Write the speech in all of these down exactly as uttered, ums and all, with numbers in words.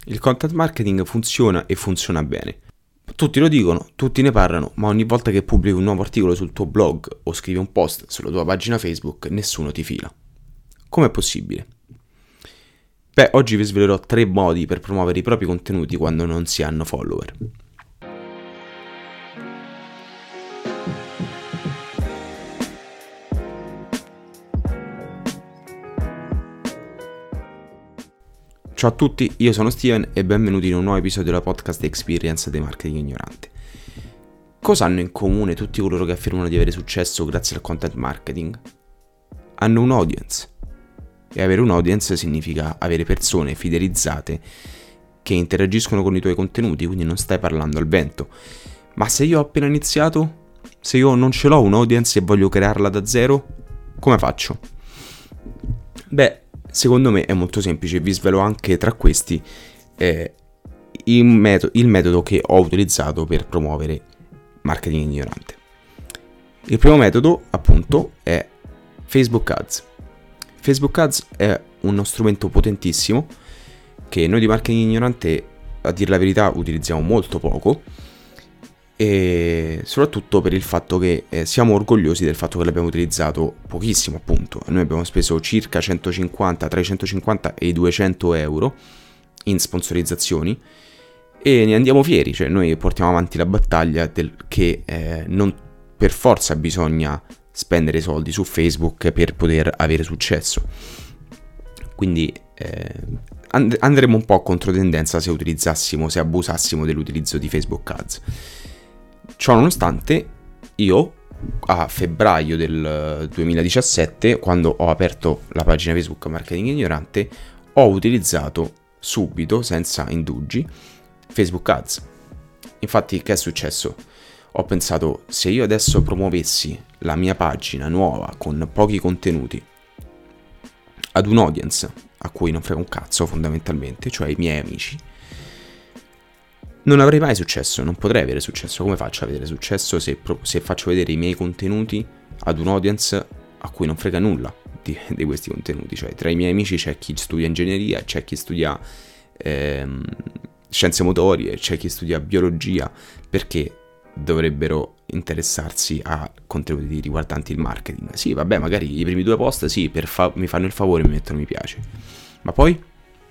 Il content marketing funziona e funziona bene. Tutti lo dicono, tutti ne parlano, ma ogni volta che pubblichi un nuovo articolo sul tuo blog o scrivi un post sulla tua pagina Facebook, nessuno ti fila. Com'è possibile? Beh, oggi vi svelerò tre modi per promuovere i propri contenuti quando non si hanno follower. Ciao a tutti, io sono Steven e benvenuti in un nuovo episodio della podcast Experience dei Marketing Ignorante. Cosa hanno in comune tutti coloro che affermano di avere successo grazie al content marketing? Hanno un audience. E avere un audience significa avere persone fidelizzate che interagiscono con i tuoi contenuti, quindi non stai parlando al vento. Ma se io ho appena iniziato, se io non ce l'ho un audience e voglio crearla da zero, come faccio? Beh, secondo me è molto semplice, vi svelo anche tra questi eh, il, metodo, il metodo che ho utilizzato per promuovere marketing ignorante. Il primo metodo, appunto, è Facebook Ads. Facebook Ads è uno strumento potentissimo che noi di marketing ignorante, a dire la verità, utilizziamo molto poco, e soprattutto per il fatto che eh, siamo orgogliosi del fatto che l'abbiamo utilizzato pochissimo, appunto. Noi abbiamo speso circa centocinquanta, tra i centocinquanta e i duecento euro in sponsorizzazioni e ne andiamo fieri, cioè noi portiamo avanti la battaglia del che eh, non per forza bisogna spendere soldi su Facebook per poter avere successo. Quindi eh, and- andremo un po' contro tendenza se utilizzassimo, se abusassimo dell'utilizzo di Facebook Ads. Ciò nonostante, io a febbraio del duemiladiciassette, quando ho aperto la pagina Facebook Marketing Ignorante, ho utilizzato subito, senza indugi, Facebook Ads. Infatti, che è successo? Ho pensato, se io adesso promuovessi la mia pagina nuova con pochi contenuti ad un audience a cui non frega un cazzo fondamentalmente, cioè i miei amici, non avrei mai successo, non potrei avere successo. Come faccio a avere successo se, se faccio vedere i miei contenuti ad un audience a cui non frega nulla di, di questi contenuti? Cioè, tra i miei amici c'è chi studia ingegneria, c'è chi studia ehm, scienze motorie, c'è chi studia biologia. Perché dovrebbero interessarsi a contenuti riguardanti il marketing? Sì, vabbè, magari i primi due post sì, per fa- mi fanno il favore e mi mettono mi piace, ma poi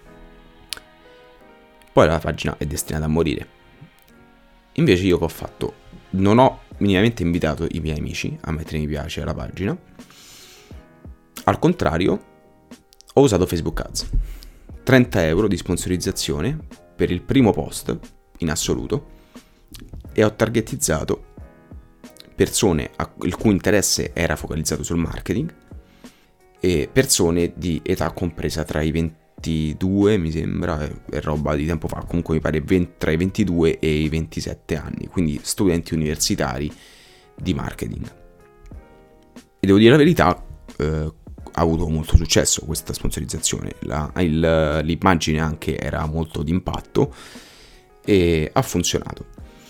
poi la pagina è destinata a morire. Invece io che ho fatto? Non ho minimamente invitato i miei amici a mettere mi piace alla pagina. Al contrario, ho usato Facebook Ads. trenta euro di sponsorizzazione per il primo post in assoluto e ho targetizzato persone il cui interesse era focalizzato sul marketing e persone di età compresa tra i ventidue, mi sembra, è roba di tempo fa, comunque mi pare venti, tra i ventidue e i ventisette anni, quindi studenti universitari di marketing. E devo dire la verità, eh, ha avuto molto successo questa sponsorizzazione, la, il, l'immagine anche era molto d'impatto e ha funzionato.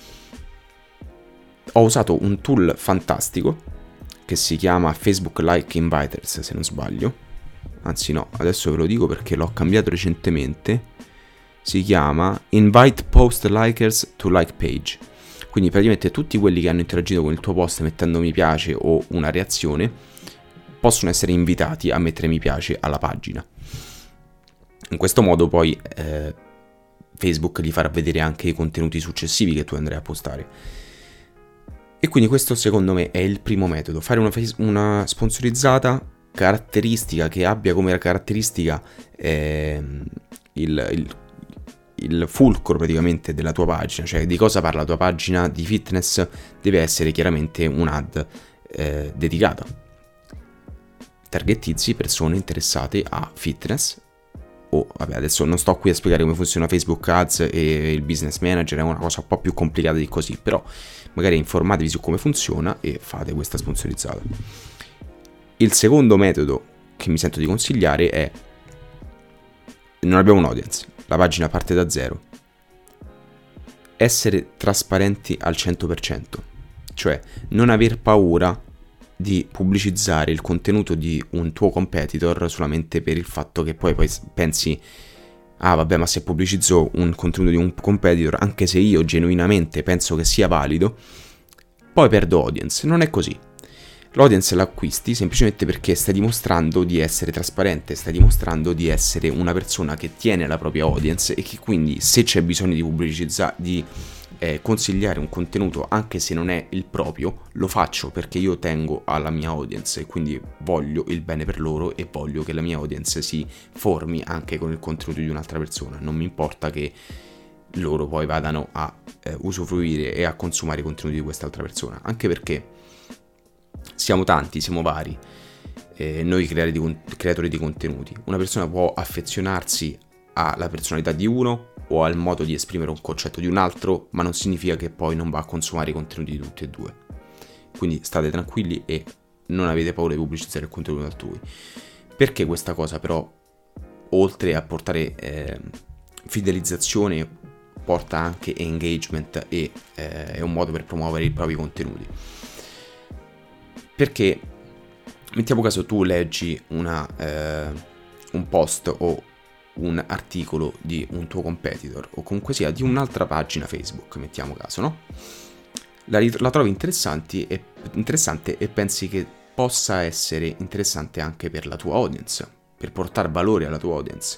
Ho usato un tool fantastico che si chiama Facebook Like Inviters, se non sbaglio. Anzi no, adesso ve lo dico perché l'ho cambiato recentemente. Si chiama Invite Post Likers to Like Page. Quindi praticamente tutti quelli che hanno interagito con il tuo post mettendo mi piace o una reazione possono essere invitati a mettere mi piace alla pagina. In questo modo poi eh, Facebook gli farà vedere anche i contenuti successivi che tu andrai a postare. E quindi questo secondo me è il primo metodo, fare una, una sponsorizzata caratteristica che abbia come caratteristica eh, il, il, il fulcro praticamente della tua pagina, cioè di cosa parla la tua pagina di fitness, deve essere chiaramente un'ad eh, dedicata. Targetizzi persone interessate a fitness. Oh, vabbè, adesso non sto qui a spiegare come funziona Facebook Ads e il Business Manager, è una cosa un po' più complicata di così, però magari informatevi su come funziona e fate questa sponsorizzata. Il secondo metodo che mi sento di consigliare è: non abbiamo un audience, la pagina parte da zero. Essere trasparenti al cento per cento, cioè non aver paura di pubblicizzare il contenuto di un tuo competitor solamente per il fatto che poi, poi pensi ah vabbè, ma se pubblicizzo un contenuto di un competitor, anche se io genuinamente penso che sia valido, poi perdo audience. Non è così. L'audience l'acquisti semplicemente perché stai dimostrando di essere trasparente, stai dimostrando di essere una persona che tiene la propria audience e che quindi, se c'è bisogno di pubblicizzare, di eh, consigliare un contenuto anche se non è il proprio, lo faccio perché io tengo alla mia audience e quindi voglio il bene per loro e voglio che la mia audience si formi anche con il contenuto di un'altra persona. Non mi importa che loro poi vadano a eh, usufruire e a consumare i contenuti di quest'altra persona, anche perché siamo tanti, siamo vari, eh, noi creatori di, creatori di contenuti. Una persona può affezionarsi alla personalità di uno o al modo di esprimere un concetto di un altro, ma non significa che poi non va a consumare i contenuti di tutti e due. Quindi state tranquilli e non avete paura di pubblicizzare il contenuto altrui. Perché questa cosa però, oltre a portare eh, fidelizzazione, porta anche engagement e eh, è un modo per promuovere i propri contenuti. Perché mettiamo caso tu leggi una, eh, un post o un articolo di un tuo competitor o comunque sia di un'altra pagina Facebook, mettiamo caso, no? La, la trovi interessante e, interessante e pensi che possa essere interessante anche per la tua audience, per portare valore alla tua audience.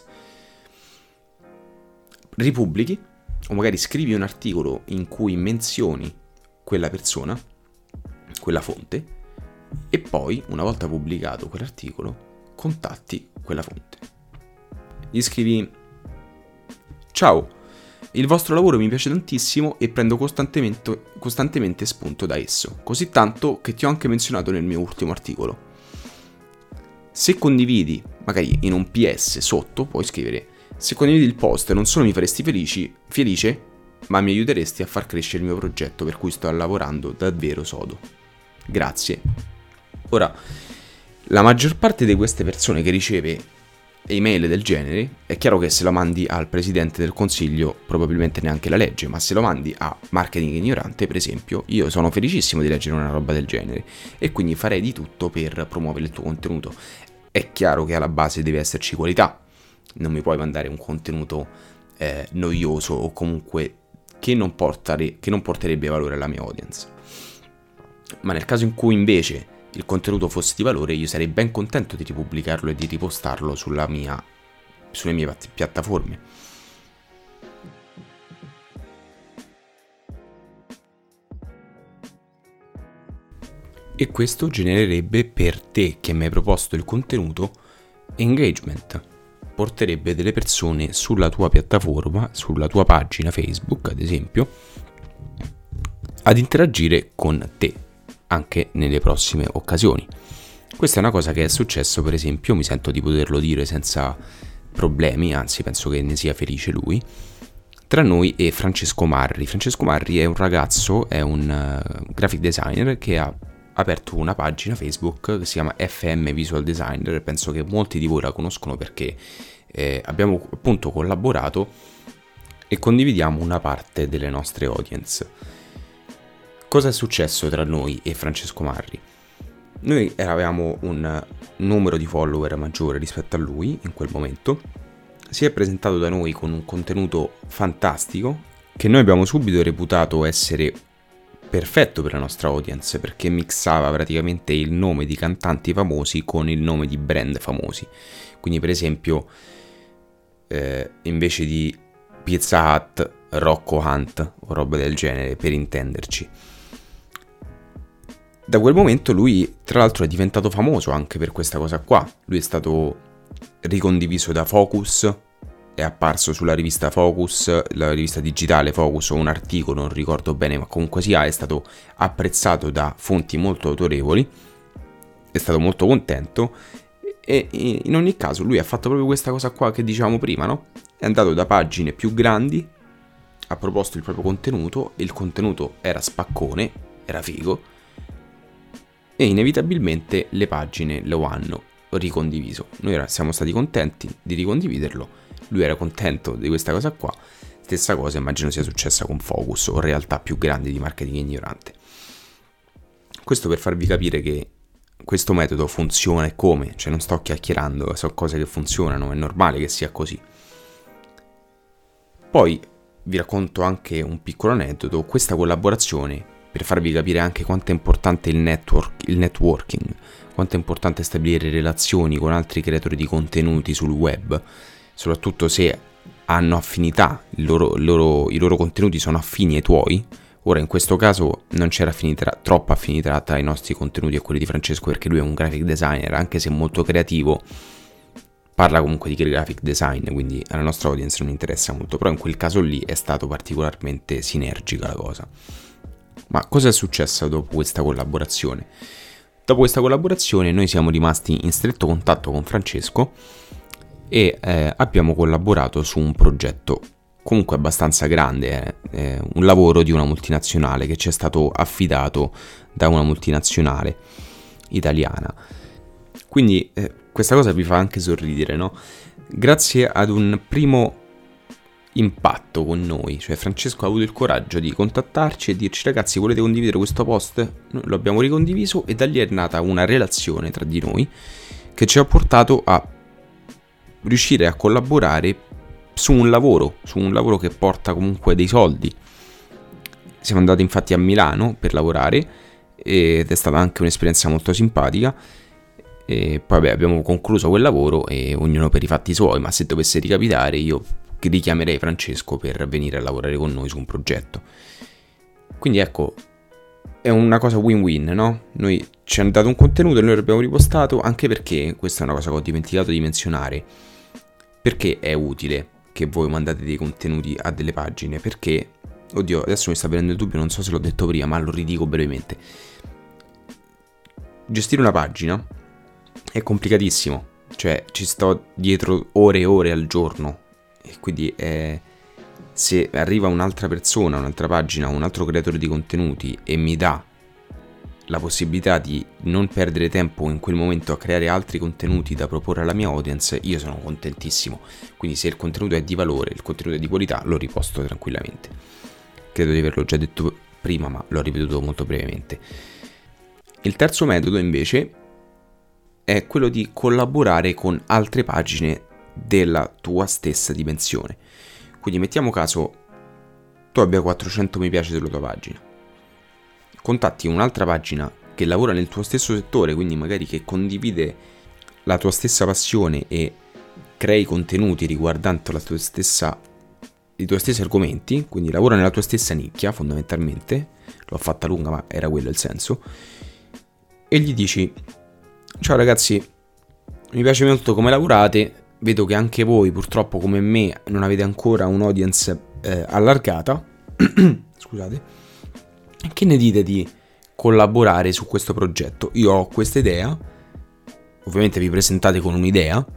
Ripubblichi o magari scrivi un articolo in cui menzioni quella persona, quella fonte, e poi, una volta pubblicato quell'articolo, contatti quella fonte. Gli scrivi: ciao, il vostro lavoro mi piace tantissimo e prendo costantemente, costantemente spunto da esso, così tanto che ti ho anche menzionato nel mio ultimo articolo. Se condividi, magari in un P S sotto, puoi scrivere: se condividi il post non solo mi faresti felici, felice, ma mi aiuteresti a far crescere il mio progetto per cui sto lavorando davvero sodo. Grazie. Ora, la maggior parte di queste persone che riceve email del genere, è chiaro che se la mandi al presidente del consiglio probabilmente neanche la legge, ma se lo mandi a Marketing Ignorante, per esempio, io sono felicissimo di leggere una roba del genere e quindi farei di tutto per promuovere il tuo contenuto. È chiaro che alla base deve esserci qualità, non mi puoi mandare un contenuto eh, noioso o comunque che non, portare, che non porterebbe valore alla mia audience. Ma nel caso in cui invece il contenuto fosse di valore, io sarei ben contento di ripubblicarlo e di ripostarlo sulla mia, sulle mie piattaforme. E questo genererebbe per te che mi hai proposto il contenuto engagement. Porterebbe delle persone sulla tua piattaforma, sulla tua pagina Facebook ad esempio, ad interagire con te anche nelle prossime occasioni. Questa è una cosa che è successo, per esempio, mi sento di poterlo dire senza problemi, anzi penso che ne sia felice lui, tra noi e Francesco Marri. Francesco Marri è un ragazzo, è un uh, graphic designer che ha aperto una pagina Facebook che si chiama F M Visual Designer. Penso che molti di voi la conoscono perché eh, abbiamo appunto collaborato e condividiamo una parte delle nostre audience. Cosa è successo tra noi e Francesco Marri? Noi avevamo un numero di follower maggiore rispetto a lui in quel momento. Si è presentato da noi con un contenuto fantastico che noi abbiamo subito reputato essere perfetto per la nostra audience, perché mixava praticamente il nome di cantanti famosi con il nome di brand famosi. Quindi per esempio eh, invece di Pizza Hut, Rocco Hunt o roba del genere, per intenderci. Da quel momento lui tra l'altro è diventato famoso anche per questa cosa qua. Lui è stato ricondiviso da Focus, è apparso sulla rivista Focus, la rivista digitale Focus, o un articolo, non ricordo bene, ma comunque sia, è stato apprezzato da fonti molto autorevoli, è stato molto contento e in ogni caso lui ha fatto proprio questa cosa qua che dicevamo prima, no? È andato da pagine più grandi, ha proposto il proprio contenuto e il contenuto era spaccone, era figo, e inevitabilmente le pagine lo hanno ricondiviso. Noi siamo stati contenti di ricondividerlo, lui era contento di questa cosa qua. Stessa cosa immagino sia successa con Focus o realtà più grandi di marketing ignorante. Questo per farvi capire che questo metodo funziona e come, cioè non sto chiacchierando, sono cose che funzionano, è normale che sia così. poi vi racconto anche un piccolo aneddoto. Questa collaborazione, per farvi capire anche quanto è importante il network, il networking, quanto è importante stabilire relazioni con altri creatori di contenuti sul web, soprattutto se hanno affinità, il loro, il loro, i loro contenuti sono affini ai tuoi. Ora in questo caso non c'era affinità, troppa affinità tra i nostri contenuti e quelli di Francesco, perché lui è un graphic designer, anche se molto creativo, parla comunque di graphic design, quindi alla nostra audience non interessa molto, però in quel caso lì è stato particolarmente sinergica la cosa. Ma cosa è successo dopo questa collaborazione? Dopo questa collaborazione noi siamo rimasti in stretto contatto con Francesco e eh, abbiamo collaborato su un progetto comunque abbastanza grande, eh, eh, un lavoro di una multinazionale che ci è stato affidato da una multinazionale italiana. Quindi eh, questa cosa vi fa anche sorridere, no? Grazie ad un primo impatto con noi, cioè Francesco ha avuto il coraggio di contattarci e dirci: ragazzi, volete condividere questo post? Noi lo abbiamo ricondiviso e da lì è nata una relazione tra di noi che ci ha portato a riuscire a collaborare su un lavoro, su un lavoro che porta comunque dei soldi. Siamo andati infatti a Milano per lavorare ed è stata anche un'esperienza molto simpatica. E poi vabbè, abbiamo concluso quel lavoro e ognuno per i fatti suoi, ma se dovesse ricapitare io richiamerei Francesco per venire a lavorare con noi su un progetto. Quindi ecco, è una cosa win-win, no? Noi ci hanno dato un contenuto e noi l'abbiamo ripostato, anche perché, questa è una cosa che ho dimenticato di menzionare, perché è utile che voi mandate dei contenuti a delle pagine, perché, oddio, adesso mi sta venendo il dubbio, non so se l'ho detto prima, ma lo ridico brevemente. Gestire una pagina è complicatissimo, cioè ci sto dietro ore e ore al giorno, e quindi eh, se arriva un'altra persona, un'altra pagina, un altro creatore di contenuti e mi dà la possibilità di non perdere tempo in quel momento a creare altri contenuti da proporre alla mia audience, io sono contentissimo. Quindi se il contenuto è di valore, il contenuto è di qualità, lo riposto tranquillamente. Credo di averlo già detto prima, ma l'ho ripetuto molto brevemente. Il terzo metodo invece è quello di collaborare con altre pagine della tua stessa dimensione. Quindi mettiamo caso tu abbia quattrocento mi piace sulla tua pagina, contatti un'altra pagina che lavora nel tuo stesso settore, quindi magari che condivide la tua stessa passione e crei contenuti riguardanti la tua stessa, i tuoi stessi argomenti, quindi lavora nella tua stessa nicchia fondamentalmente. L'ho fatta lunga, ma era quello il senso. E gli dici: ciao ragazzi, mi piace molto come lavorate, vedo che anche voi purtroppo come me non avete ancora un'audience eh, allargata. Scusate. Che ne dite di collaborare su questo progetto? Io ho questa idea, ovviamente vi presentate con un'idea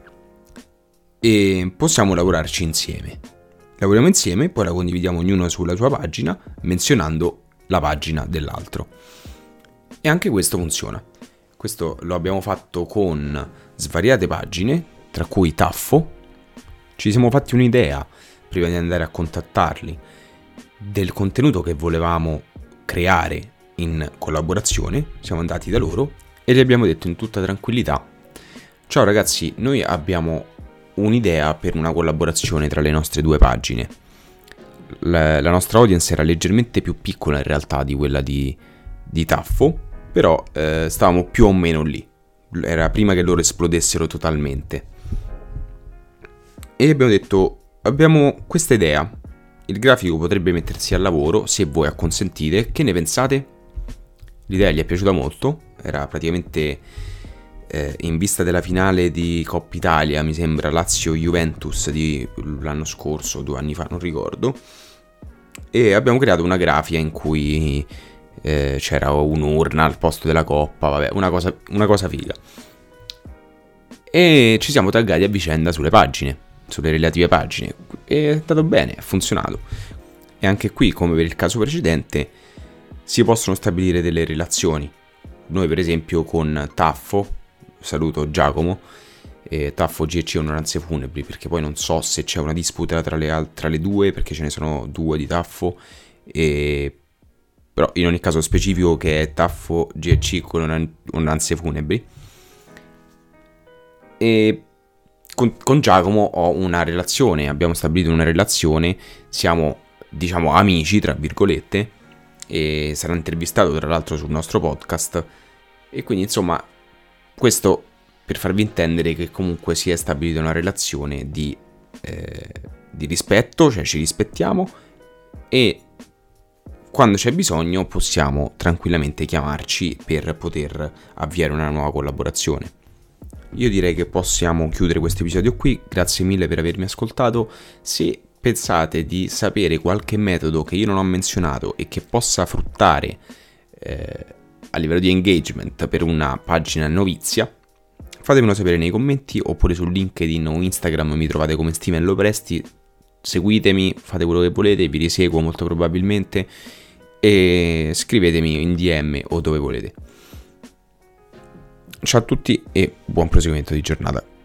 e possiamo lavorarci insieme. Lavoriamo insieme, poi la condividiamo ognuno sulla sua pagina, menzionando la pagina dell'altro. E anche questo funziona. Questo lo abbiamo fatto con svariate pagine, tra cui Taffo. Ci siamo fatti un'idea, prima di andare a contattarli, del contenuto che volevamo creare in collaborazione. Siamo andati da loro e gli abbiamo detto in tutta tranquillità: ciao ragazzi, noi abbiamo un'idea per una collaborazione tra le nostre due pagine. La, la nostra audience era leggermente più piccola in realtà di quella di, di Taffo, però eh, stavamo più o meno lì. Era prima che loro esplodessero totalmente. E abbiamo detto: abbiamo questa idea, il grafico potrebbe mettersi al lavoro se voi acconsentite, che ne pensate? L'idea gli è piaciuta molto, era praticamente eh, in vista della finale di Coppa Italia, mi sembra Lazio-Juventus di l'anno scorso, due anni fa, non ricordo, e abbiamo creato una grafia in cui eh, c'era un'urna al posto della coppa, vabbè, una cosa, una cosa figa. E ci siamo taggati a vicenda sulle pagine, sulle relative pagine, e è andato bene, ha funzionato. E anche qui, come per il caso precedente, si possono stabilire delle relazioni. Noi per esempio con Taffo, saluto Giacomo, e Taffo G C Onoranze Funebri, perché poi non so se c'è una disputa tra le, al- tra le due, perché ce ne sono due di Taffo, e... però in ogni caso specifico che è Taffo G C con Onoranze Funebri. E con, con Giacomo ho una relazione, abbiamo stabilito una relazione, siamo diciamo amici tra virgolette, e sarà intervistato tra l'altro sul nostro podcast, e quindi insomma questo per farvi intendere che comunque si è stabilita una relazione di, eh, di rispetto, cioè ci rispettiamo, e quando c'è bisogno possiamo tranquillamente chiamarci per poter avviare una nuova collaborazione. Io direi che possiamo chiudere questo episodio qui, grazie mille per avermi ascoltato. Se pensate di sapere qualche metodo che io non ho menzionato e che possa fruttare eh, a livello di engagement per una pagina novizia, fatemelo sapere nei commenti oppure su LinkedIn o Instagram, mi trovate come Steven Lopresti. Seguitemi, fate quello che volete, vi riseguo molto probabilmente, e scrivetemi in D M o dove volete. Ciao a tutti e buon proseguimento di giornata.